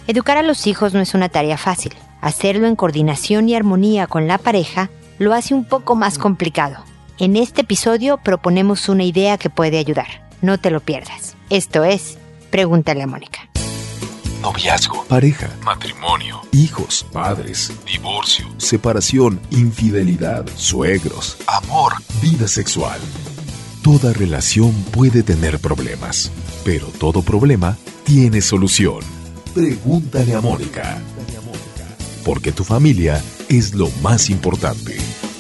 Educar a los hijos no es una tarea fácil. Hacerlo en coordinación y armonía con la pareja lo hace un poco más complicado. En este episodio proponemos una idea que puede ayudar. No te lo pierdas. Esto es Pregúntale a Mónica. Noviazgo, pareja, matrimonio, hijos, padres, divorcio, separación, infidelidad, suegros, amor, vida sexual. Toda relación puede tener problemas, pero todo problema tiene solución. Pregúntale a Mónica. Porque tu familia es lo más importante.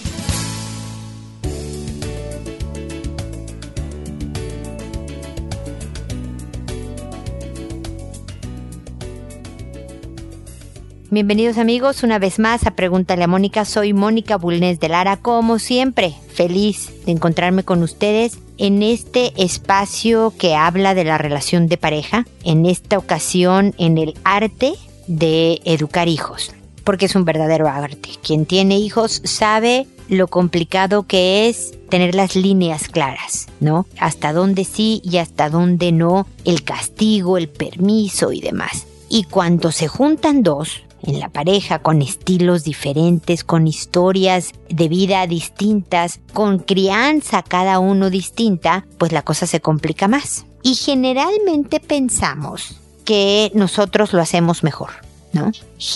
Bienvenidos amigos una vez más a Pregúntale a Mónica. Soy Mónica Bulnes de Lara, como siempre, feliz de encontrarme con ustedes en este espacio que habla de la relación de pareja, en esta ocasión en el arte de educar hijos, porque es un verdadero arte. Quien tiene hijos sabe lo complicado que es tener las líneas claras, ¿no? Hasta dónde sí y hasta dónde no, el castigo, el permiso y demás. Y cuando se juntan dos en la pareja con estilos diferentes, con historias de vida distintas, con crianza cada uno distinta, pues la cosa se complica más. Y generalmente pensamos que nosotros lo hacemos mejor, ¿no?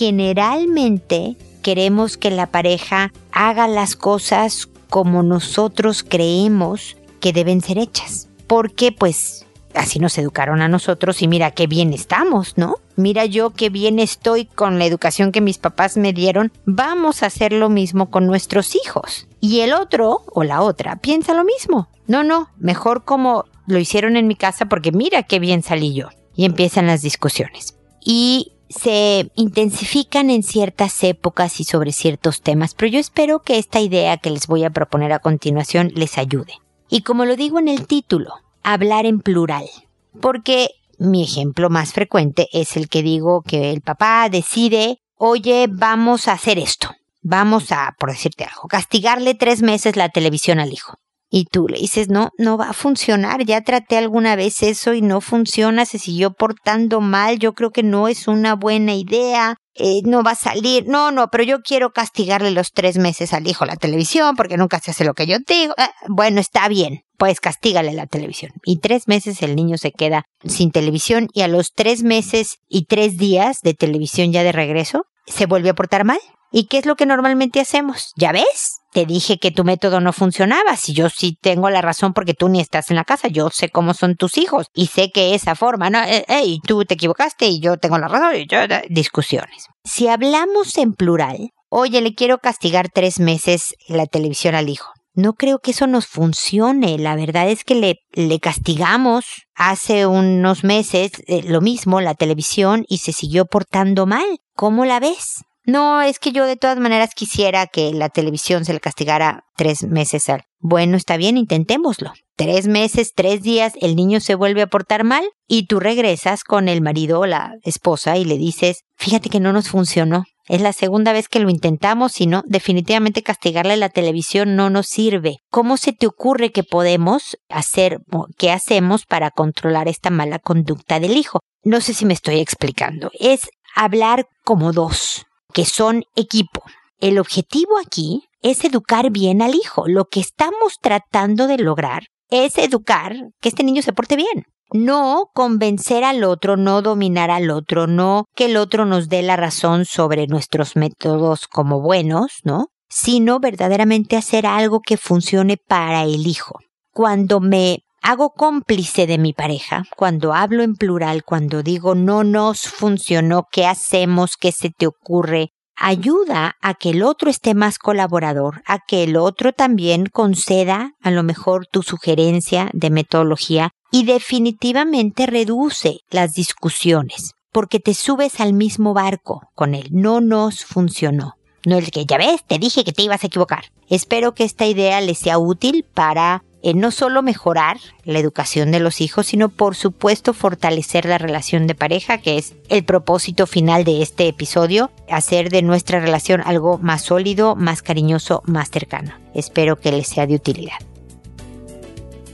Generalmente queremos que la pareja haga las cosas como nosotros creemos que deben ser hechas, porque pues así nos educaron a nosotros y mira qué bien estamos, ¿no? Mira yo qué bien estoy con la educación que mis papás me dieron. Vamos a hacer lo mismo con nuestros hijos. Y el otro o la otra piensa lo mismo. No, mejor como lo hicieron en mi casa porque mira qué bien salí yo. Y empiezan las discusiones. Y se intensifican en ciertas épocas y sobre ciertos temas, pero yo espero que esta idea que les voy a proponer a continuación les ayude. Y como lo digo en el título, hablar en plural, porque mi ejemplo más frecuente es el que digo que el papá decide, oye, vamos a hacer esto, vamos a, por decirte algo, castigarle 3 meses la televisión al hijo. Y tú le dices, no va a funcionar, ya traté alguna vez eso y no funciona, se siguió portando mal, yo creo que no es una buena idea, no va a salir, no, pero yo quiero castigarle los 3 meses al hijo la televisión porque nunca se hace lo que yo digo. Bueno, está bien, pues castígale la televisión. Y 3 meses el niño se queda sin televisión y a los 3 meses y 3 días de televisión ya de regreso, se vuelve a portar mal. ¿Y qué es lo que normalmente hacemos? ¿Ya ves? Te dije que tu método no funcionaba. Si yo sí tengo la razón porque tú ni estás en la casa. Yo sé cómo son tus hijos y sé que esa forma, ¿no? Y tú te equivocaste y yo tengo la razón. Discusiones. Si hablamos en plural, oye, le quiero castigar 3 meses la televisión al hijo. No creo que eso nos funcione. La verdad es que le castigamos hace unos meses lo mismo, la televisión, y se siguió portando mal. ¿Cómo la ves? No, es que yo de todas maneras quisiera que la televisión se le castigara 3 meses al... Bueno, está bien, intentémoslo. 3 meses, 3 días, el niño se vuelve a portar mal y tú regresas con el marido o la esposa y le dices, fíjate que no nos funcionó. Es la segunda vez que lo intentamos y no, definitivamente castigarle la televisión no nos sirve. ¿Cómo se te ocurre que podemos hacer, qué hacemos para controlar esta mala conducta del hijo? No sé si me estoy explicando. Es hablar como dos, que son equipo. El objetivo aquí es educar bien al hijo. Lo que estamos tratando de lograr es educar que este niño se porte bien. No convencer al otro, no dominar al otro, no que el otro nos dé la razón sobre nuestros métodos como buenos, ¿no? Sino verdaderamente hacer algo que funcione para el hijo. Cuando me hago cómplice de mi pareja, cuando hablo en plural, cuando digo no nos funcionó, ¿qué hacemos? ¿Qué se te ocurre? Ayuda a que el otro esté más colaborador, a que el otro también conceda a lo mejor tu sugerencia de metodología y definitivamente reduce las discusiones, porque te subes al mismo barco con él. No nos funcionó. No el que ya ves, te dije que te ibas a equivocar. Espero que esta idea les sea útil para no solo mejorar la educación de los hijos, sino por supuesto fortalecer la relación de pareja, que es el propósito final de este episodio, hacer de nuestra relación algo más sólido, más cariñoso, más cercano. Espero que les sea de utilidad.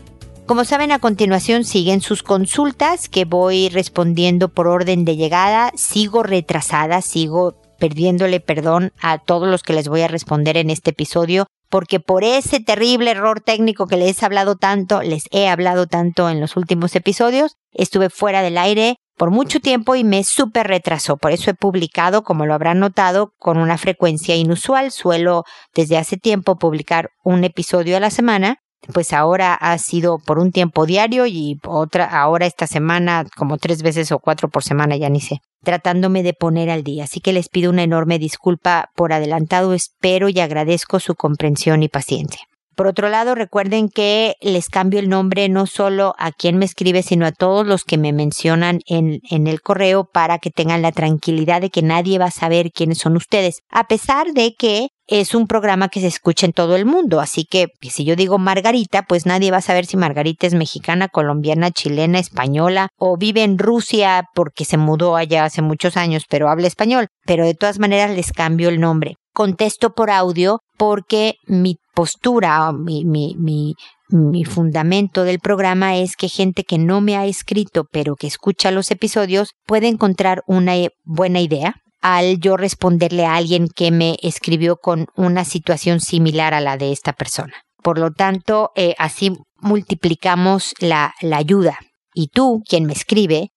Como saben, a continuación siguen sus consultas que voy respondiendo por orden de llegada. Sigo retrasada, sigo perdiéndole perdón a todos los que les voy a responder en este episodio, porque por ese terrible error técnico que les he hablado tanto en los últimos episodios, estuve fuera del aire por mucho tiempo y me súper retrasó. Por eso he publicado, como lo habrán notado, con una frecuencia inusual. Suelo desde hace tiempo publicar un episodio a la semana. Pues ahora ha sido por un tiempo diario y ahora esta semana como 3 veces o 4 por semana, ya ni sé, tratándome de poner al día. Así que les pido una enorme disculpa por adelantado, espero y agradezco su comprensión y paciencia. Por otro lado, recuerden que les cambio el nombre no solo a quien me escribe, sino a todos los que me mencionan en el correo para que tengan la tranquilidad de que nadie va a saber quiénes son ustedes, a pesar de que es un programa que se escucha en todo el mundo. Así que si yo digo Margarita, pues nadie va a saber si Margarita es mexicana, colombiana, chilena, española o vive en Rusia porque se mudó allá hace muchos años, pero habla español. Pero de todas maneras les cambio el nombre. Contesto por audio porque mi postura, mi fundamento del programa es que gente que no me ha escrito pero que escucha los episodios puede encontrar una buena idea al yo responderle a alguien que me escribió con una situación similar a la de esta persona. Por lo tanto, así multiplicamos la ayuda. Y tú, quien me escribe,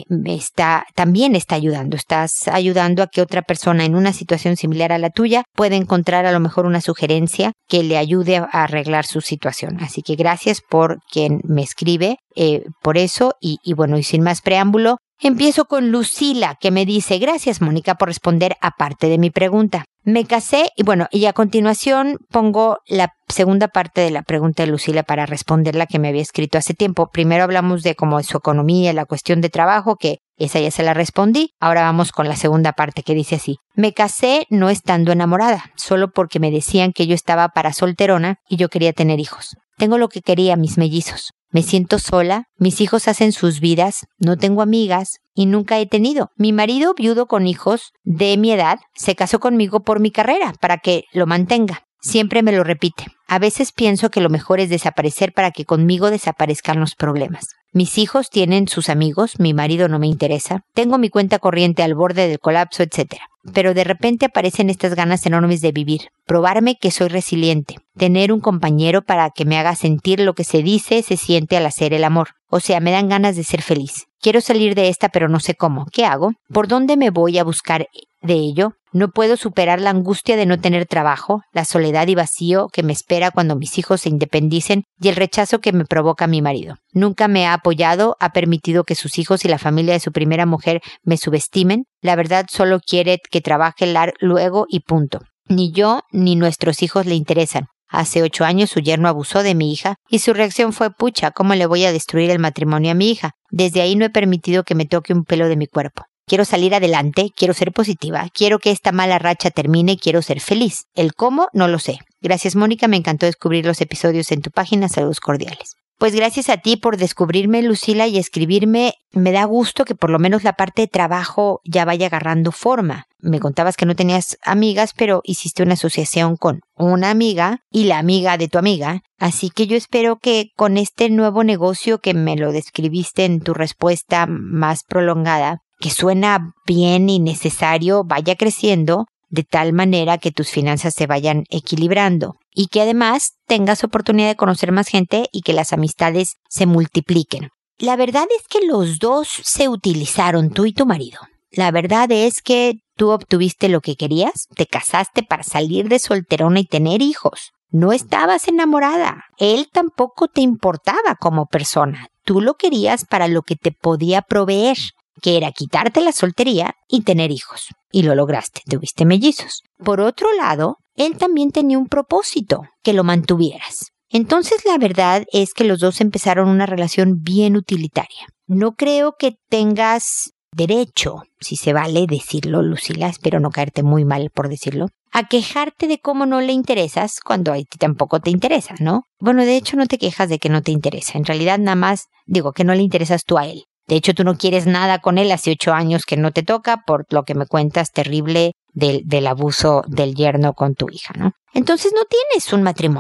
también está ayudando. Estás ayudando a que otra persona en una situación similar a la tuya pueda encontrar a lo mejor una sugerencia que le ayude a arreglar su situación. Así que gracias por quien me escribe por eso. Y bueno, y sin más preámbulo, empiezo con Lucila, que me dice: gracias, Mónica, por responder a parte de mi pregunta. Me casé y a continuación pongo la segunda parte de la pregunta de Lucila para responder la que me había escrito hace tiempo. Primero hablamos de cómo su economía, la cuestión de trabajo, que esa ya se la respondí. Ahora vamos con la segunda parte que dice así: me casé no estando enamorada, solo porque me decían que yo estaba para solterona y yo quería tener hijos. Tengo lo que quería, mis mellizos. Me siento sola, mis hijos hacen sus vidas, no tengo amigas y nunca he tenido. Mi marido, viudo con hijos de mi edad, se casó conmigo por mi carrera, para que lo mantenga. Siempre me lo repite. A veces pienso que lo mejor es desaparecer para que conmigo desaparezcan los problemas. Mis hijos tienen sus amigos, mi marido no me interesa, tengo mi cuenta corriente al borde del colapso, etc. Pero de repente aparecen estas ganas enormes de vivir, probarme que soy resiliente, tener un compañero para que me haga sentir lo que se siente al hacer el amor. O sea, me dan ganas de ser feliz. Quiero salir de esta, pero no sé cómo. ¿Qué hago? ¿Por dónde me voy a buscar de ello? No puedo superar la angustia de no tener trabajo, la soledad y vacío que me espera cuando mis hijos se independicen y el rechazo que me provoca mi marido. Nunca me ha apoyado, ha permitido que sus hijos y la familia de su primera mujer me subestimen. La verdad, solo quiere que trabaje luego y punto. Ni yo ni nuestros hijos le interesan. Hace 8 años su yerno abusó de mi hija y su reacción fue: pucha, ¿cómo le voy a destruir el matrimonio a mi hija? Desde ahí no he permitido que me toque un pelo de mi cuerpo. Quiero salir adelante, quiero ser positiva, quiero que esta mala racha termine, quiero ser feliz. El cómo, no lo sé. Gracias, Mónica, me encantó descubrir los episodios en tu página. Saludos cordiales. Pues gracias a ti por descubrirme, Lucila, y escribirme. Me da gusto que por lo menos la parte de trabajo ya vaya agarrando forma. Me contabas que no tenías amigas, pero hiciste una asociación con una amiga y la amiga de tu amiga. Así que yo espero que con este nuevo negocio que me lo describiste en tu respuesta más prolongada, que suena bien y necesario, vaya creciendo de tal manera que tus finanzas se vayan equilibrando y que además tengas oportunidad de conocer más gente y que las amistades se multipliquen. La verdad es que los dos se utilizaron, tú y tu marido. La verdad es que tú obtuviste lo que querías, te casaste para salir de solterona y tener hijos. No estabas enamorada. Él tampoco te importaba como persona. Tú lo querías para lo que te podía proveer, que era quitarte la soltería y tener hijos. Y lo lograste, tuviste mellizos. Por otro lado, él también tenía un propósito, que lo mantuvieras. Entonces la verdad es que los dos empezaron una relación bien utilitaria. No creo que tengas derecho, si se vale decirlo, Lucila, espero no caerte muy mal por decirlo, a quejarte de cómo no le interesas cuando a ti tampoco te interesa, ¿no? Bueno, de hecho no te quejas de que no te interesa. En realidad nada más digo que no le interesas tú a él. De hecho, tú no quieres nada con él, hace 8 años que no te toca, por lo que me cuentas terrible del abuso del yerno con tu hija, ¿no? Entonces no tienes un matrimonio.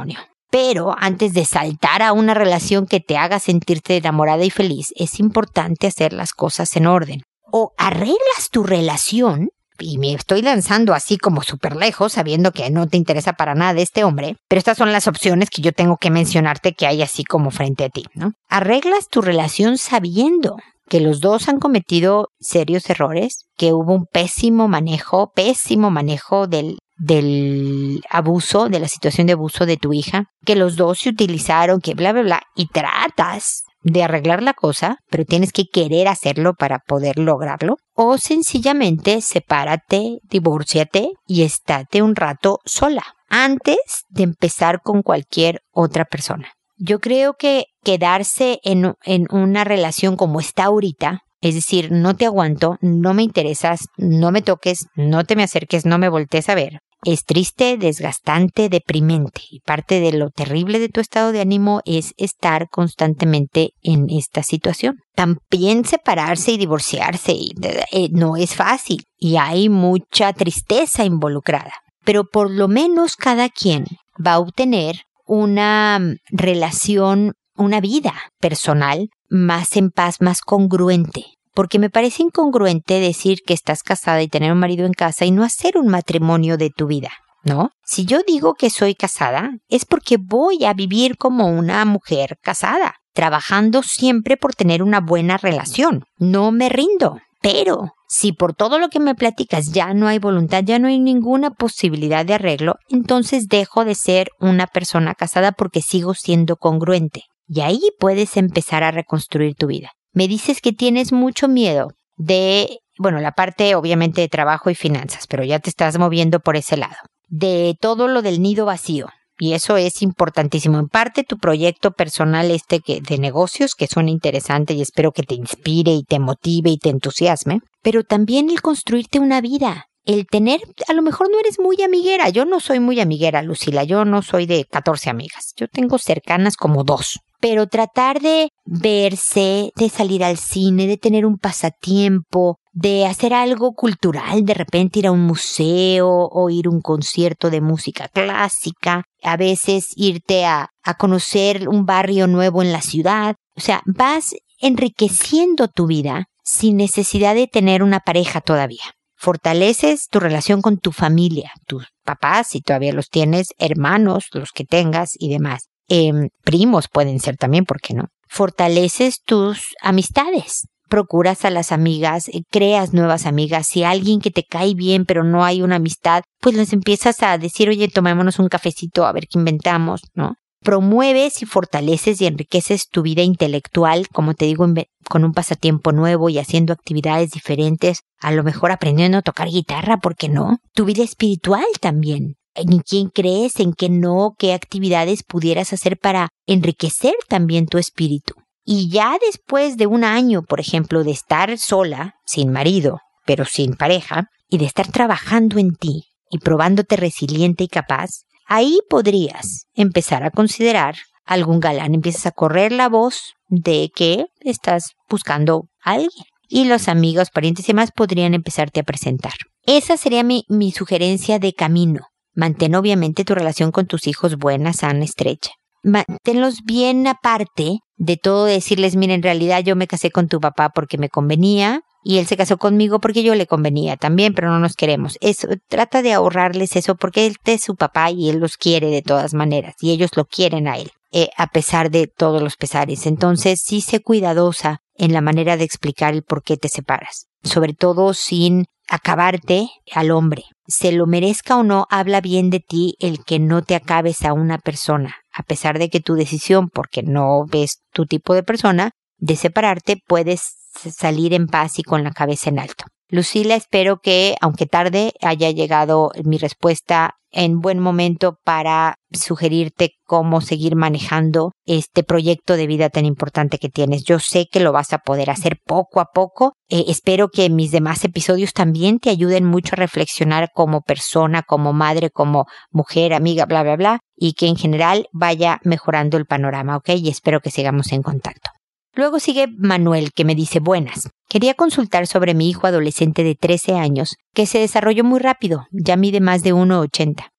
Pero antes de saltar a una relación que te haga sentirte enamorada y feliz, es importante hacer las cosas en orden. O arreglas tu relación, y me estoy lanzando así como súper lejos, sabiendo que no te interesa para nada este hombre, pero estas son las opciones que yo tengo que mencionarte que hay así como frente a ti, ¿no? Arreglas tu relación sabiendo que los dos han cometido serios errores, que hubo un pésimo manejo del abuso, de la situación de abuso de tu hija, que los dos se utilizaron, que bla, bla, bla, y tratas de arreglar la cosa, pero tienes que querer hacerlo para poder lograrlo, o sencillamente sepárate, divórciate y estate un rato sola, antes de empezar con cualquier otra persona. Yo creo que quedarse en una relación como está ahorita, es decir, no te aguanto, no me interesas, no me toques, no te me acerques, no me voltees a ver, es triste, desgastante, deprimente. Y parte de lo terrible de tu estado de ánimo es estar constantemente en esta situación. También separarse y divorciarse no es fácil y hay mucha tristeza involucrada. Pero por lo menos cada quien va a obtener una relación, una vida personal más en paz, más congruente. Porque me parece incongruente decir que estás casada y tener un marido en casa y no hacer un matrimonio de tu vida, ¿no? Si yo digo que soy casada, es porque voy a vivir como una mujer casada, trabajando siempre por tener una buena relación. No me rindo. Pero si por todo lo que me platicas ya no hay voluntad, ya no hay ninguna posibilidad de arreglo, entonces dejo de ser una persona casada porque sigo siendo congruente. Y ahí puedes empezar a reconstruir tu vida. Me dices que tienes mucho miedo de, la parte obviamente de trabajo y finanzas, pero ya te estás moviendo por ese lado. De todo lo del nido vacío. Y eso es importantísimo. En parte tu proyecto personal de negocios, que suena interesante y espero que te inspire y te motive y te entusiasme. Pero también el construirte una vida. El tener, a lo mejor no eres muy amiguera. Yo no soy muy amiguera, Lucila. Yo no soy de 14 amigas. Yo tengo cercanas como 2. Pero tratar de verse, de salir al cine, de tener un pasatiempo, de hacer algo cultural, de repente ir a un museo o ir a un concierto de música clásica, a veces irte a conocer un barrio nuevo en la ciudad. O sea, vas enriqueciendo tu vida sin necesidad de tener una pareja todavía. Fortaleces tu relación con tu familia, tus papás, si todavía los tienes, hermanos, los que tengas y demás. Primos pueden ser también, ¿por qué no? Fortaleces tus amistades. Procuras a las amigas, creas nuevas amigas. Si alguien que te cae bien pero no hay una amistad, pues les empiezas a decir, oye, tomémonos un cafecito a ver qué inventamos, ¿no? Promueves y fortaleces y enriqueces tu vida intelectual, como te digo, con un pasatiempo nuevo y haciendo actividades diferentes, a lo mejor aprendiendo a tocar guitarra, ¿por qué no? Tu vida espiritual también. ¿En quién crees? ¿En qué no? ¿Qué actividades pudieras hacer para enriquecer también tu espíritu? Y ya después de un año, por ejemplo, de estar sola, sin marido, pero sin pareja, y de estar trabajando en ti y probándote resiliente y capaz, ahí podrías empezar a considerar algún galán. Empiezas a correr la voz de que estás buscando a alguien. Y los amigos, parientes y demás podrían empezarte a presentar. Esa sería mi sugerencia de camino. Mantén obviamente tu relación con tus hijos buena, sana, estrecha. Manténlos bien aparte de todo decirles, mira, en realidad yo me casé con tu papá porque me convenía y él se casó conmigo porque yo le convenía también, pero no nos queremos. Trata de ahorrarles eso porque él es su papá y él los quiere de todas maneras y ellos lo quieren a él, a pesar de todos los pesares. Entonces sí sé cuidadosa en la manera de explicar el por qué te separas, sobre todo sin acabarte al hombre. Se lo merezca o no, habla bien de ti el que no te acabes a una persona, a pesar de que tu decisión, porque no ves tu tipo de persona, de separarte, puedes salir en paz y con la cabeza en alto. Lucila, espero que, aunque tarde, haya llegado mi respuesta en buen momento para sugerirte cómo seguir manejando este proyecto de vida tan importante que tienes. Yo sé que lo vas a poder hacer poco a poco. Espero que mis demás episodios también te ayuden mucho a reflexionar como persona, como madre, como mujer, amiga, bla, bla, bla, y que en general vaya mejorando el panorama, ¿ok? Y espero que sigamos en contacto. Luego sigue Manuel, que me dice, buenas. Quería consultar sobre mi hijo adolescente de 13 años, que se desarrolló muy rápido, ya mide más de 1,80.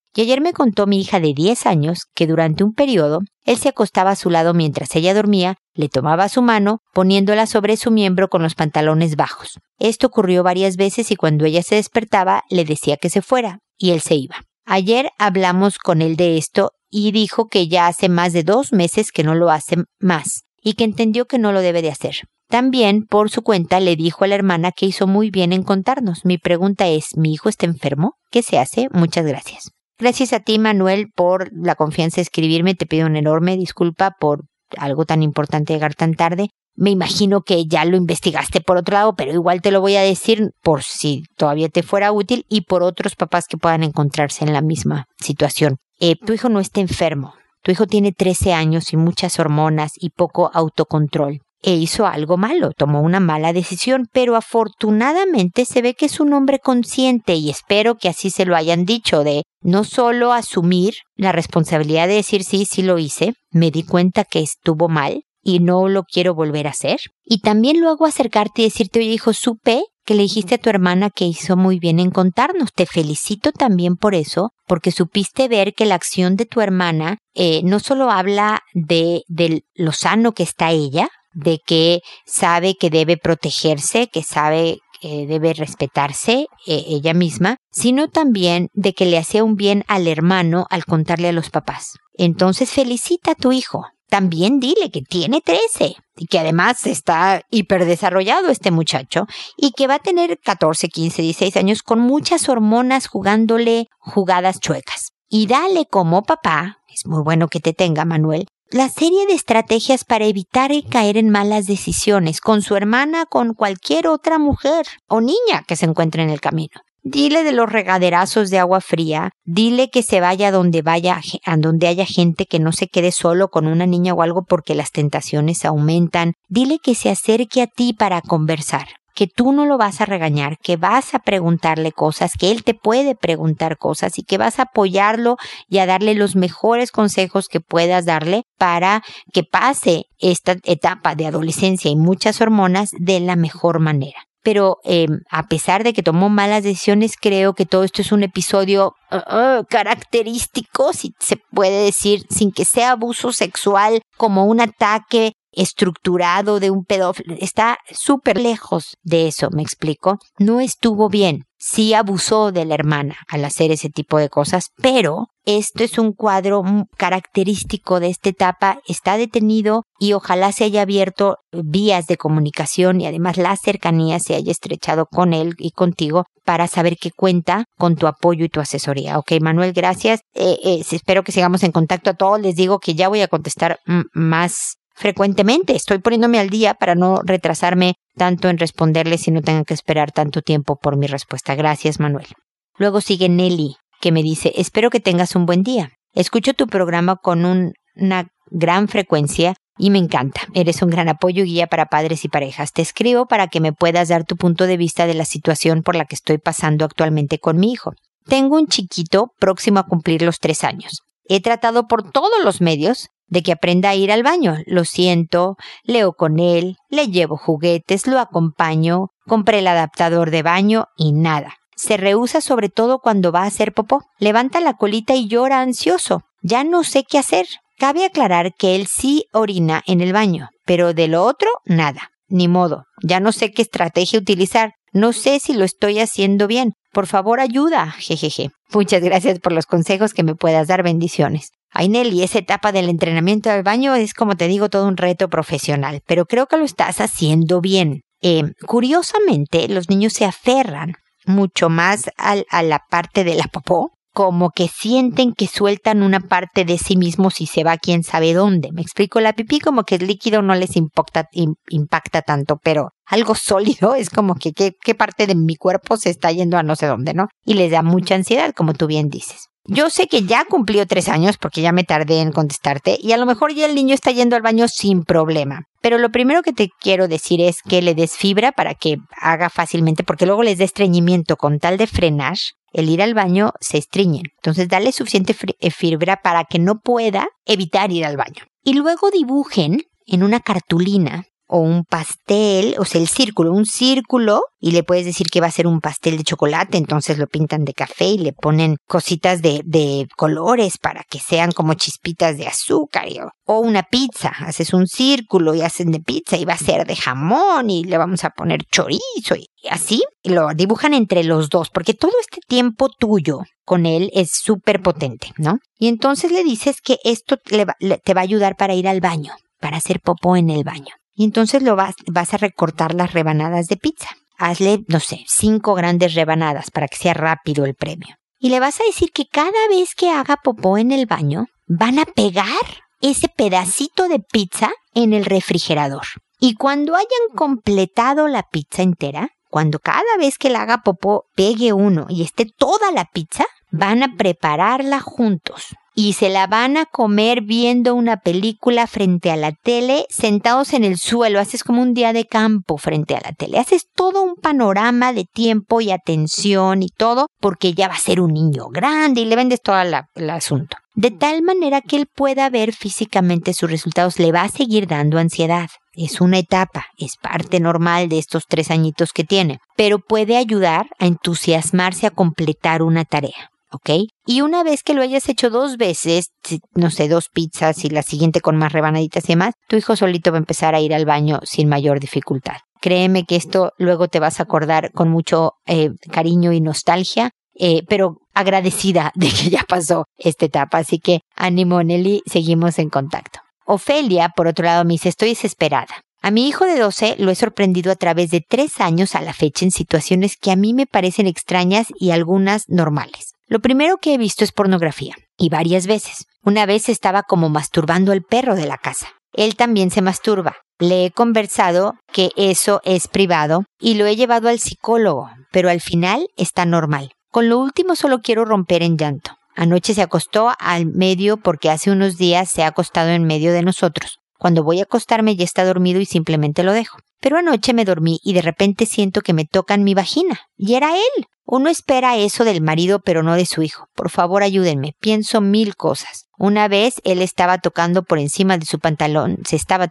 Y ayer me contó mi hija de 10 años que durante un periodo él se acostaba a su lado mientras ella dormía, le tomaba su mano poniéndola sobre su miembro con los pantalones bajos. Esto ocurrió varias veces y cuando ella se despertaba le decía que se fuera y él se iba. Ayer hablamos con él de esto y dijo que ya hace más de 2 meses que no lo hace más y que entendió que no lo debe de hacer. También, por su cuenta, le dijo a la hermana que hizo muy bien en contarnos. Mi pregunta es, ¿mi hijo está enfermo? ¿Qué se hace? Muchas gracias. Gracias a ti, Manuel, por la confianza de escribirme. Te pido una enorme disculpa por algo tan importante llegar tan tarde. Me imagino que ya lo investigaste por otro lado, pero igual te lo voy a decir por si todavía te fuera útil y por otros papás que puedan encontrarse en la misma situación. Tu hijo no está enfermo. Tu hijo tiene 13 años y muchas hormonas y poco autocontrol. Hizo algo malo, tomó una mala decisión, pero afortunadamente se ve que es un hombre consciente y espero que así se lo hayan dicho, de no solo asumir la responsabilidad de decir sí lo hice, me di cuenta que estuvo mal y no lo quiero volver a hacer. Y también luego acercarte y decirte, oye hijo, supe que le dijiste a tu hermana que hizo muy bien en contarnos. Te felicito también por eso, porque supiste ver que la acción de tu hermana no solo habla de lo sano que está ella, de que sabe que debe protegerse, que sabe que debe respetarse ella misma, sino también de que le hacía un bien al hermano al contarle a los papás. Entonces felicita a tu hijo. También dile que tiene 13 y que además está hiperdesarrollado este muchacho y que va a tener 14, 15, 16 años con muchas hormonas jugándole jugadas chuecas. Y dale como papá, es muy bueno que te tenga Manuel, la serie de estrategias para evitar caer en malas decisiones con su hermana, con cualquier otra mujer o niña que se encuentre en el camino. Dile de los regaderazos de agua fría, dile que se vaya a donde haya gente, que no se quede solo con una niña o algo porque las tentaciones aumentan. Dile que se acerque a ti para conversar, que tú no lo vas a regañar, que vas a preguntarle cosas, que él te puede preguntar cosas y que vas a apoyarlo y a darle los mejores consejos que puedas darle para que pase esta etapa de adolescencia y muchas hormonas de la mejor manera. Pero a pesar de que tomó malas decisiones, creo que todo esto es un episodio característico, si se puede decir, sin que sea abuso sexual, como un ataque estructurado de un pedófilo. Está súper lejos de eso, ¿me explico? No estuvo bien. Sí abusó de la hermana al hacer ese tipo de cosas, pero esto es un cuadro característico de esta etapa. Está detenido y ojalá se haya abierto vías de comunicación y además la cercanía se haya estrechado con él y contigo para saber que cuenta con tu apoyo y tu asesoría. Ok, Manuel, gracias. Espero que sigamos en contacto. A todos les digo que ya voy a contestar más frecuentemente. Estoy poniéndome al día para no retrasarme tanto en responderles y no tengan que esperar tanto tiempo por mi respuesta. Gracias, Manuel. Luego sigue Nelly, que me dice, espero que tengas un buen día. Escucho tu programa con una gran frecuencia y me encanta. Eres un gran apoyo y guía para padres y parejas. Te escribo para que me puedas dar tu punto de vista de la situación por la que estoy pasando actualmente con mi hijo. Tengo un chiquito próximo a cumplir los 3 años. He tratado por todos los medios de que aprenda a ir al baño. Lo siento, leo con él, le llevo juguetes, lo acompaño, compré el adaptador de baño y nada. Se rehúsa sobre todo cuando va a hacer popó. Levanta la colita y llora ansioso. Ya no sé qué hacer. Cabe aclarar que él sí orina en el baño, pero de lo otro, nada. Ni modo. Ya no sé qué estrategia utilizar. No sé si lo estoy haciendo bien. Por favor, ayuda. Jejeje. Muchas gracias por los consejos que me puedas dar. Bendiciones. Ay, Nelly, esa etapa del entrenamiento del baño es, como te digo, todo un reto profesional, pero creo que lo estás haciendo bien. Curiosamente, los niños se aferran mucho más a la parte de la popó, como que sienten que sueltan una parte de sí mismos y se va quién sabe dónde. Me explico, la pipí como que el líquido no les impacta tanto, pero algo sólido es como que qué parte de mi cuerpo se está yendo a no sé dónde, ¿no? Y les da mucha ansiedad, como tú bien dices. Yo sé que ya cumplió 3 años porque ya me tardé en contestarte y a lo mejor ya el niño está yendo al baño sin problema. Pero lo primero que te quiero decir es que le des fibra para que haga fácilmente, porque luego les da estreñimiento. Con tal de frenar el ir al baño, se estreñen. Entonces dale suficiente fibra para que no pueda evitar ir al baño. Y luego dibujen en una cartulina o un pastel, o sea, un círculo, y le puedes decir que va a ser un pastel de chocolate, entonces lo pintan de café y le ponen cositas de colores para que sean como chispitas de azúcar, o una pizza, haces un círculo y hacen de pizza y va a ser de jamón y le vamos a poner chorizo y así lo dibujan entre los dos, porque todo este tiempo tuyo con él es súper potente, ¿no? Y entonces le dices que esto te va a ayudar para ir al baño, para hacer popó en el baño. Y entonces vas a recortar las rebanadas de pizza. Hazle, 5 grandes rebanadas para que sea rápido el premio. Y le vas a decir que cada vez que haga popó en el baño, van a pegar ese pedacito de pizza en el refrigerador. Y cuando hayan completado la pizza entera, cuando cada vez que la haga popó pegue uno y esté toda la pizza, van a prepararla juntos. Y se la van a comer viendo una película frente a la tele, sentados en el suelo. Haces como un día de campo frente a la tele. Haces todo un panorama de tiempo y atención y todo, porque ya va a ser un niño grande y le vendes todo el asunto. De tal manera que él pueda ver físicamente sus resultados. Le va a seguir dando ansiedad. Es una etapa, es parte normal de estos 3 añitos que tiene, pero puede ayudar a entusiasmarse a completar una tarea. ¿Ok? Y una vez que lo hayas hecho 2 veces, 2 pizzas y la siguiente con más rebanaditas y demás, tu hijo solito va a empezar a ir al baño sin mayor dificultad. Créeme que esto luego te vas a acordar con mucho cariño y nostalgia, pero agradecida de que ya pasó esta etapa. Así que ánimo, Nelly, seguimos en contacto. Ofelia, por otro lado, me dice, estoy desesperada. A mi hijo de 12 lo he sorprendido a través de 3 años a la fecha en situaciones que a mí me parecen extrañas y algunas normales. Lo primero que he visto es pornografía, y varias veces. Una vez estaba como masturbando al perro de la casa. Él también se masturba. Le he conversado que eso es privado y lo he llevado al psicólogo, pero al final está normal. Con lo último solo quiero romper en llanto. Anoche se acostó al medio porque hace unos días se ha acostado en medio de nosotros. Cuando voy a acostarme ya está dormido y simplemente lo dejo. Pero anoche me dormí y de repente siento que me tocan mi vagina. Y era él. Uno espera eso del marido, pero no de su hijo. Por favor, ayúdenme. Pienso 1000 cosas. Una vez él se estaba tocando por encima de su pantalón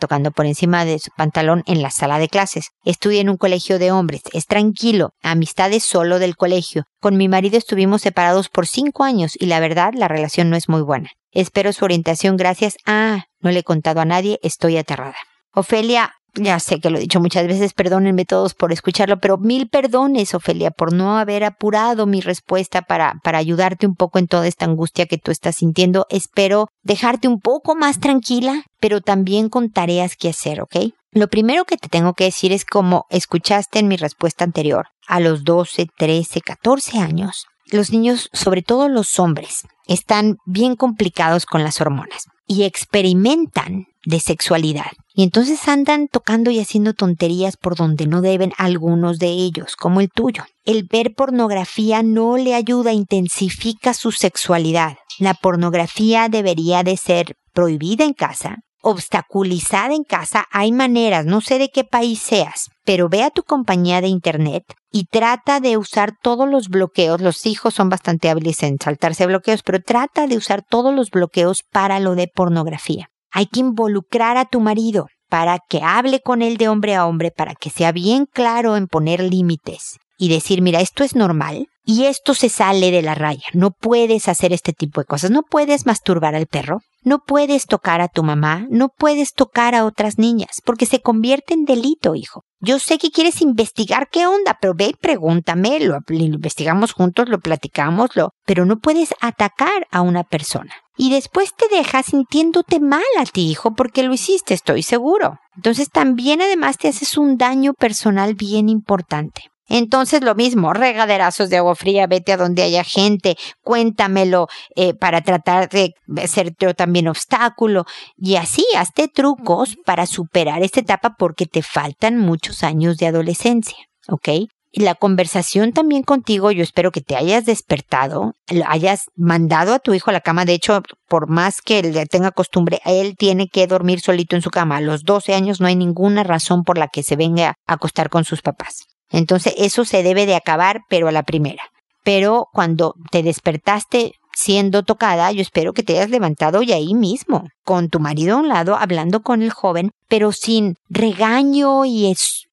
en la sala de clases. Estudié en un colegio de hombres. Es tranquilo. Amistades solo del colegio. Con mi marido estuvimos separados por 5 años y la verdad, la relación no es muy buena. Espero su orientación. Gracias. No le he contado a nadie. Estoy aterrada. Ofelia, ya sé que lo he dicho muchas veces, perdónenme todos por escucharlo, pero 1000 perdones, Ofelia, por no haber apurado mi respuesta para ayudarte un poco en toda esta angustia que tú estás sintiendo. Espero dejarte un poco más tranquila, pero también con tareas que hacer, ¿ok? Lo primero que te tengo que decir es, como escuchaste en mi respuesta anterior, a los 12, 13, 14 años, los niños, sobre todo los hombres, están bien complicados con las hormonas y experimentan de sexualidad. Y entonces andan tocando y haciendo tonterías por donde no deben, algunos de ellos, como el tuyo. El ver pornografía no le ayuda, intensifica su sexualidad. La pornografía debería de ser prohibida en casa, obstaculizada en casa. Hay maneras, no sé de qué país seas, pero ve a tu compañía de internet y trata de usar todos los bloqueos. Los hijos son bastante hábiles en saltarse bloqueos, pero trata de usar todos los bloqueos para lo de pornografía. Hay que involucrar a tu marido para que hable con él de hombre a hombre, para que sea bien claro en poner límites y decir, mira, esto es normal y esto se sale de la raya. No puedes hacer este tipo de cosas. No puedes masturbar al perro. No puedes tocar a tu mamá. No puedes tocar a otras niñas porque se convierte en delito, hijo. Yo sé que quieres investigar qué onda, pero ve y pregúntame, lo investigamos juntos, lo platicamos, pero no puedes atacar a una persona. Y después te dejas sintiéndote mal a ti, hijo, porque lo hiciste, estoy seguro. Entonces también además te haces un daño personal bien importante. Entonces lo mismo, regaderazos de agua fría, vete a donde haya gente, cuéntamelo para tratar de ser yo también obstáculo. Y así, hazte trucos para superar esta etapa porque te faltan muchos años de adolescencia, ¿ok? Y la conversación también contigo, yo espero que te hayas despertado, hayas mandado a tu hijo a la cama. De hecho, por más que le tenga costumbre, él tiene que dormir solito en su cama. A los 12 años no hay ninguna razón por la que se venga a acostar con sus papás. Entonces eso se debe de acabar, pero a la primera. Pero cuando te despertaste, siendo tocada, yo espero que te hayas levantado y ahí mismo, con tu marido a un lado, hablando con el joven, pero sin regaño y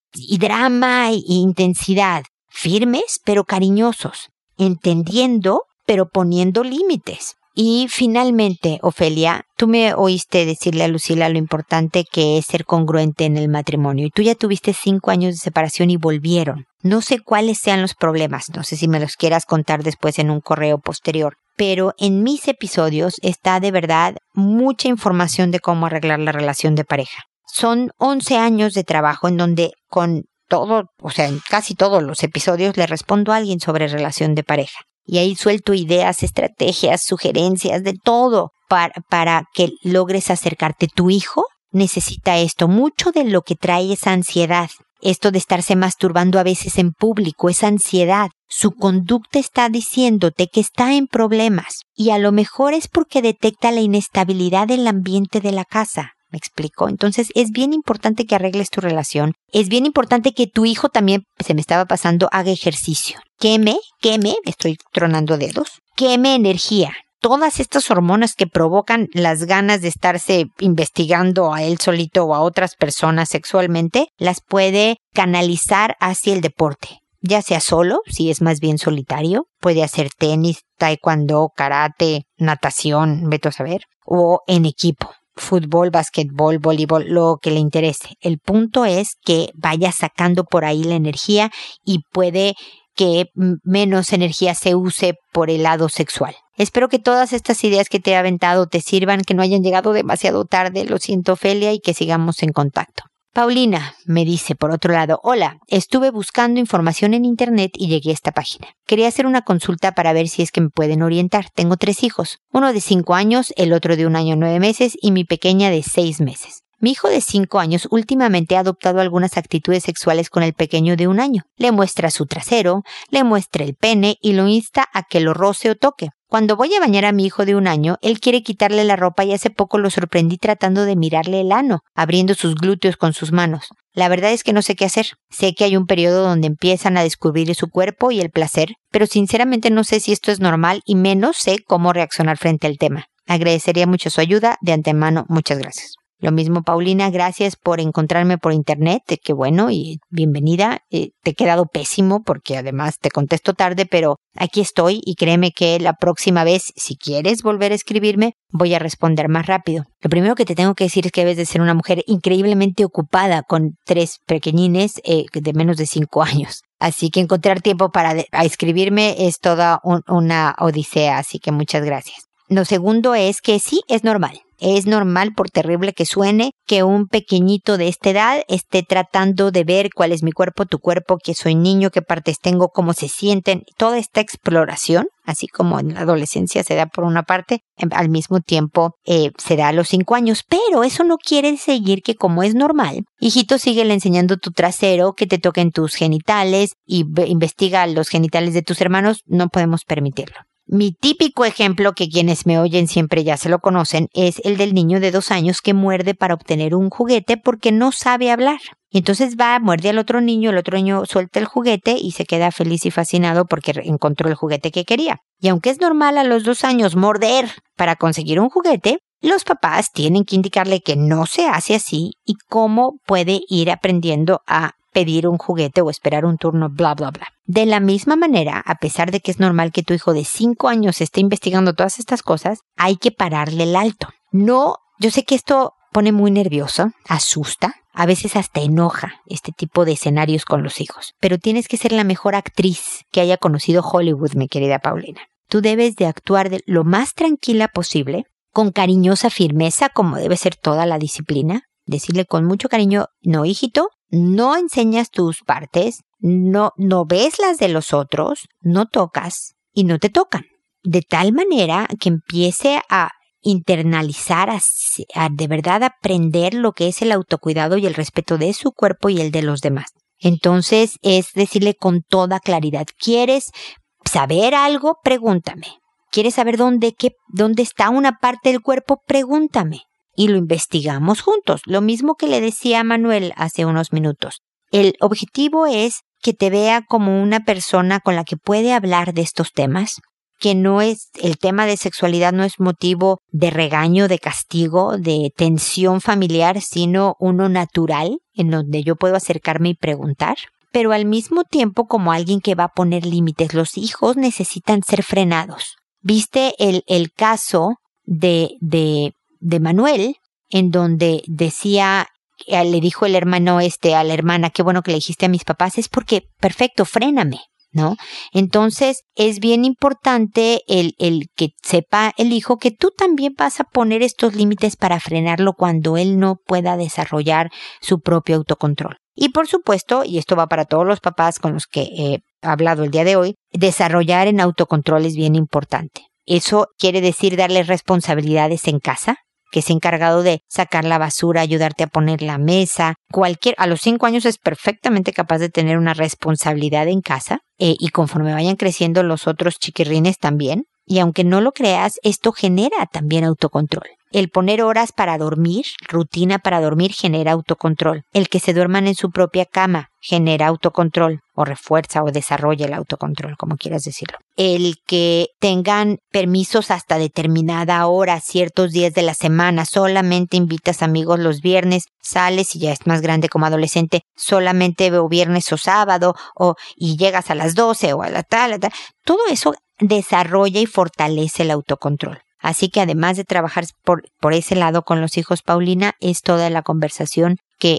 drama e intensidad. Firmes, pero cariñosos. Entendiendo, pero poniendo límites. Y finalmente, Ofelia, tú me oíste decirle a Lucila lo importante que es ser congruente en el matrimonio. Y tú ya tuviste 5 años de separación y volvieron. No sé cuáles sean los problemas, no sé si me los quieras contar después en un correo posterior. Pero en mis episodios está de verdad mucha información de cómo arreglar la relación de pareja. Son 11 años de trabajo en donde con todo, o sea, en casi todos los episodios le respondo a alguien sobre relación de pareja. Y ahí suelto ideas, estrategias, sugerencias, de todo para que logres acercarte. Tu hijo necesita esto. Mucho de lo que trae es ansiedad. Esto de estarse masturbando a veces en público es ansiedad. Su conducta está diciéndote que está en problemas. Y a lo mejor es porque detecta la inestabilidad del ambiente de la casa. ¿Me explico? Entonces es bien importante que arregles tu relación. Es bien importante que tu hijo también, se me estaba pasando, haga ejercicio. Queme, estoy tronando dedos. Queme energía. Todas estas hormonas que provocan las ganas de estarse investigando a él solito o a otras personas sexualmente, las puede canalizar hacia el deporte. Ya sea solo, si es más bien solitario, puede hacer tenis, taekwondo, karate, natación, vete a saber, o en equipo. Fútbol, básquetbol, voleibol, lo que le interese. El punto es que vaya sacando por ahí la energía y puede que menos energía se use por el lado sexual. Espero que todas estas ideas que te he aventado te sirvan, que no hayan llegado demasiado tarde, lo siento, Ofelia, y que sigamos en contacto. Paulina me dice, por otro lado, hola, estuve buscando información en internet y llegué a esta página. Quería hacer una consulta para ver si es que me pueden orientar. Tengo 3 hijos, uno de 5 años, el otro de 1 año 9 meses y mi pequeña de 6 meses. Mi hijo de 5 años últimamente ha adoptado algunas actitudes sexuales con el pequeño de 1 año. Le muestra su trasero, le muestra el pene y lo insta a que lo roce o toque. Cuando voy a bañar a mi hijo de 1 año, él quiere quitarle la ropa y hace poco lo sorprendí tratando de mirarle el ano, abriendo sus glúteos con sus manos. La verdad es que no sé qué hacer. Sé que hay un periodo donde empiezan a descubrir su cuerpo y el placer, pero sinceramente no sé si esto es normal y menos sé cómo reaccionar frente al tema. Agradecería mucho su ayuda. De antemano, muchas gracias. Lo mismo, Paulina, gracias por encontrarme por internet, qué bueno y bienvenida. Te he quedado pésimo porque además te contesto tarde, pero aquí estoy y créeme que la próxima vez, si quieres volver a escribirme, voy a responder más rápido. Lo primero que te tengo que decir es que debes de ser una mujer increíblemente ocupada con 3 pequeñines de menos de 5 años. Así que encontrar tiempo para escribirme es toda una odisea, así que muchas gracias. Lo segundo es que sí, es normal. Es normal, por terrible que suene, que un pequeñito de esta edad esté tratando de ver cuál es mi cuerpo, tu cuerpo, que soy niño, qué partes tengo, cómo se sienten. Toda esta exploración, así como en la adolescencia se da por una parte, al mismo tiempo se da a los 5 años. Pero eso no quiere seguir que, como es normal, hijito, síguele enseñando tu trasero, que te toquen tus genitales y investiga los genitales de tus hermanos. No podemos permitirlo. Mi típico ejemplo, que quienes me oyen siempre ya se lo conocen, es el del niño de 2 años que muerde para obtener un juguete porque no sabe hablar. Y entonces muerde al otro niño, el otro niño suelta el juguete y se queda feliz y fascinado porque encontró el juguete que quería. Y aunque es normal a los 2 años morder para conseguir un juguete, los papás tienen que indicarle que no se hace así y cómo puede ir aprendiendo a pedir un juguete o esperar un turno, bla, bla, bla. De la misma manera, a pesar de que es normal que tu hijo de 5 años esté investigando todas estas cosas, hay que pararle el alto. No, yo sé que esto pone muy nervioso, asusta, a veces hasta enoja este tipo de escenarios con los hijos. Pero tienes que ser la mejor actriz que haya conocido Hollywood, mi querida Paulina. Tú debes de actuar de lo más tranquila posible, con cariñosa firmeza, como debe ser toda la disciplina. Decirle con mucho cariño, no, hijito, no enseñas tus partes, no ves las de los otros, no tocas y no te tocan. De tal manera que empiece a internalizar, a de verdad aprender lo que es el autocuidado y el respeto de su cuerpo y el de los demás. Entonces es decirle con toda claridad, ¿quieres saber algo? Pregúntame. ¿Quieres saber dónde está una parte del cuerpo? Pregúntame. Y lo investigamos juntos. Lo mismo que le decía a Manuel hace unos minutos. El objetivo es que te vea como una persona con la que puede hablar de estos temas, que no es, el tema de sexualidad no es motivo de regaño, de castigo, de tensión familiar, sino uno natural, en donde yo puedo acercarme y preguntar. Pero al mismo tiempo como alguien que va a poner límites, los hijos necesitan ser frenados. ¿Viste el caso de Manuel, en donde decía, le dijo el hermano a la hermana, qué bueno que le dijiste a mis papás? Es porque, perfecto, fréname, ¿no? Entonces, es bien importante el que sepa el hijo que tú también vas a poner estos límites para frenarlo cuando él no pueda desarrollar su propio autocontrol. Y por supuesto, y esto va para todos los papás con los que he hablado el día de hoy, desarrollar en autocontrol es bien importante. Eso quiere decir darle responsabilidades en casa, que es encargado de sacar la basura, ayudarte a poner la mesa. A los 5 años es perfectamente capaz de tener una responsabilidad en casa, y conforme vayan creciendo los otros chiquirrines también. Y aunque no lo creas, esto genera también autocontrol. El poner horas para dormir, rutina para dormir, genera autocontrol. El que se duerman en su propia cama genera autocontrol, o refuerza o desarrolla el autocontrol, como quieras decirlo. El que tengan permisos hasta determinada hora, ciertos días de la semana, solamente invitas amigos los viernes, sales y ya es más grande como adolescente, solamente veo viernes o sábado, y llegas a las 12 o a la tal, todo eso desarrolla y fortalece el autocontrol. Así que además de trabajar por ese lado con los hijos, Paulina, es toda la conversación que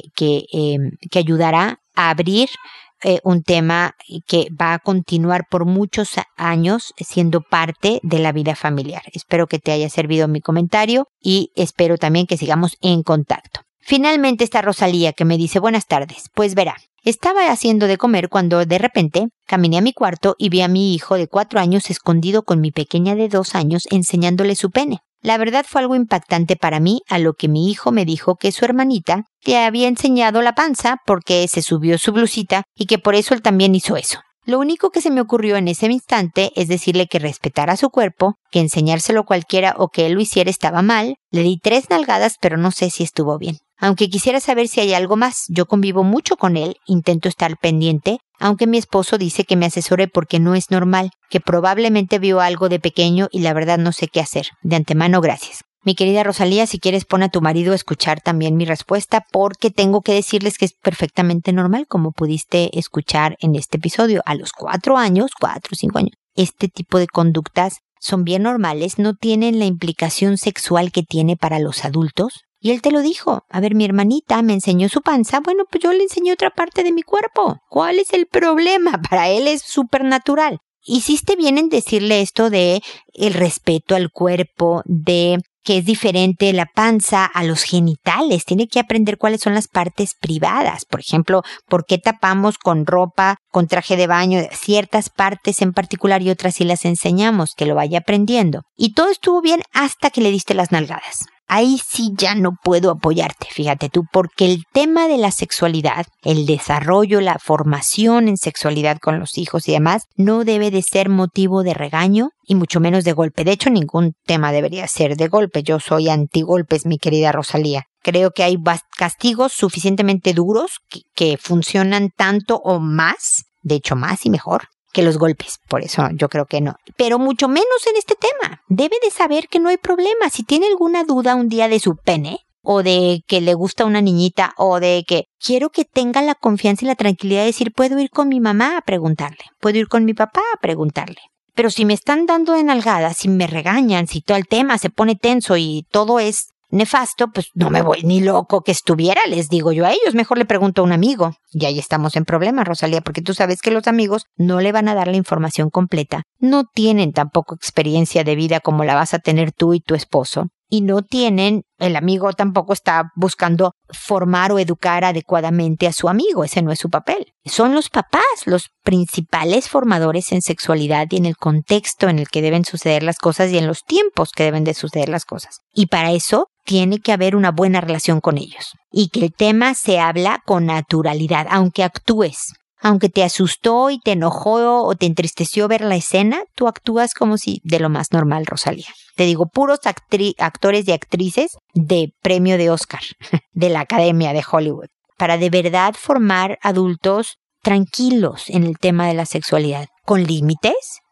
ayudará a abrir un tema que va a continuar por muchos años siendo parte de la vida familiar. Espero que te haya servido mi comentario y espero también que sigamos en contacto. Finalmente está Rosalía, que me dice: buenas tardes. Pues verá, estaba haciendo de comer cuando de repente caminé a mi cuarto y vi a mi hijo de 4 años escondido con mi pequeña de 2 años enseñándole su pene. La verdad fue algo impactante para mí, a lo que mi hijo me dijo que su hermanita le había enseñado la panza porque se subió su blusita y que por eso él también hizo eso. Lo único que se me ocurrió en ese instante es decirle que respetara su cuerpo, que enseñárselo cualquiera o que él lo hiciera estaba mal. Le di 3 nalgadas, pero no sé si estuvo bien. Aunque quisiera saber si hay algo más, yo convivo mucho con él, intento estar pendiente, aunque mi esposo dice que me asesore porque no es normal, que probablemente vio algo de pequeño y la verdad no sé qué hacer. De antemano, gracias. Mi querida Rosalía, si quieres pon a tu marido a escuchar también mi respuesta, porque tengo que decirles que es perfectamente normal, como pudiste escuchar en este episodio. A los 4 años, 4 o 5 años, este tipo de conductas son bien normales, no tienen la implicación sexual que tiene para los adultos. Y él te lo dijo: a ver, mi hermanita me enseñó su panza, bueno, pues yo le enseñé otra parte de mi cuerpo. ¿Cuál es el problema? Para él es súper natural. Hiciste bien en decirle esto de el respeto al cuerpo, de que es diferente la panza a los genitales. Tiene que aprender cuáles son las partes privadas. Por ejemplo, por qué tapamos con ropa, con traje de baño, ciertas partes en particular y otras sí las enseñamos, que lo vaya aprendiendo. Y todo estuvo bien hasta que le diste las nalgadas. Ahí sí ya no puedo apoyarte, fíjate tú, porque el tema de la sexualidad, el desarrollo, la formación en sexualidad con los hijos y demás, no debe de ser motivo de regaño y mucho menos de golpe. De hecho, ningún tema debería ser de golpe. Yo soy antigolpes, mi querida Rosalía. Creo que hay castigos suficientemente duros que funcionan tanto o más, de hecho más y mejor, que los golpes. Por eso yo creo que no. Pero mucho menos en este tema. Debe de saber que no hay problema. Si tiene alguna duda un día de su pene, o de que le gusta una niñita, o de que quiero que tenga la confianza y la tranquilidad de decir: puedo ir con mi mamá a preguntarle, puedo ir con mi papá a preguntarle. Pero si me están dando de nalgadas, si me regañan, si todo el tema se pone tenso y todo es nefasto, pues no me voy ni loco que estuviera, les digo yo a ellos. Mejor le pregunto a un amigo. Y ahí estamos en problemas, Rosalía, porque tú sabes que los amigos no le van a dar la información completa. No tienen tampoco experiencia de vida como la vas a tener tú y tu esposo. Y no tienen, el amigo tampoco está buscando formar o educar adecuadamente a su amigo. Ese no es su papel. Son los papás los principales formadores en sexualidad y en el contexto en el que deben suceder las cosas y en los tiempos que deben de suceder las cosas. Y para eso tiene que haber una buena relación con ellos. Y que el tema se habla con naturalidad, aunque actúes. Aunque te asustó y te enojó o te entristeció ver la escena, tú actúas como si de lo más normal, Rosalía. Te digo, puros actores y actrices de premio de Oscar, de la Academia de Hollywood, para de verdad formar adultos tranquilos en el tema de la sexualidad, con límites,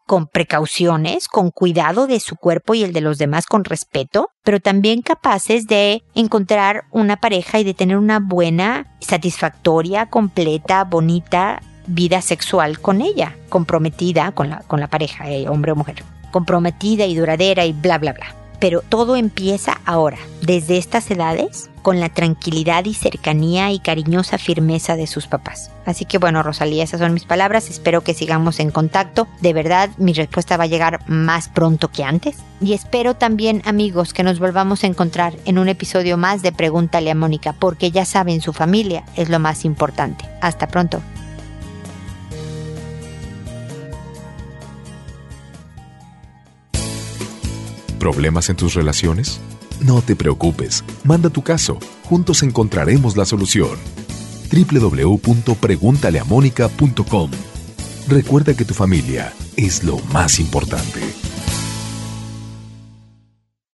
con precauciones, con cuidado de su cuerpo y el de los demás, con respeto, pero también capaces de encontrar una pareja y de tener una buena, satisfactoria, completa, bonita vida sexual con ella, comprometida con la pareja, hombre o mujer, comprometida y duradera y bla, bla, bla. Pero todo empieza ahora, desde estas edades, con la tranquilidad y cercanía y cariñosa firmeza de sus papás. Así que bueno, Rosalía, esas son mis palabras. Espero que sigamos en contacto. De verdad, mi respuesta va a llegar más pronto que antes. Y espero también, amigos, que nos volvamos a encontrar en un episodio más de Pregúntale a Mónica, porque ya saben, su familia es lo más importante. Hasta pronto. ¿Problemas en tus relaciones? No te preocupes, manda tu caso, juntos encontraremos la solución. www.preguntaleamónica.com. Recuerda que tu familia es lo más importante.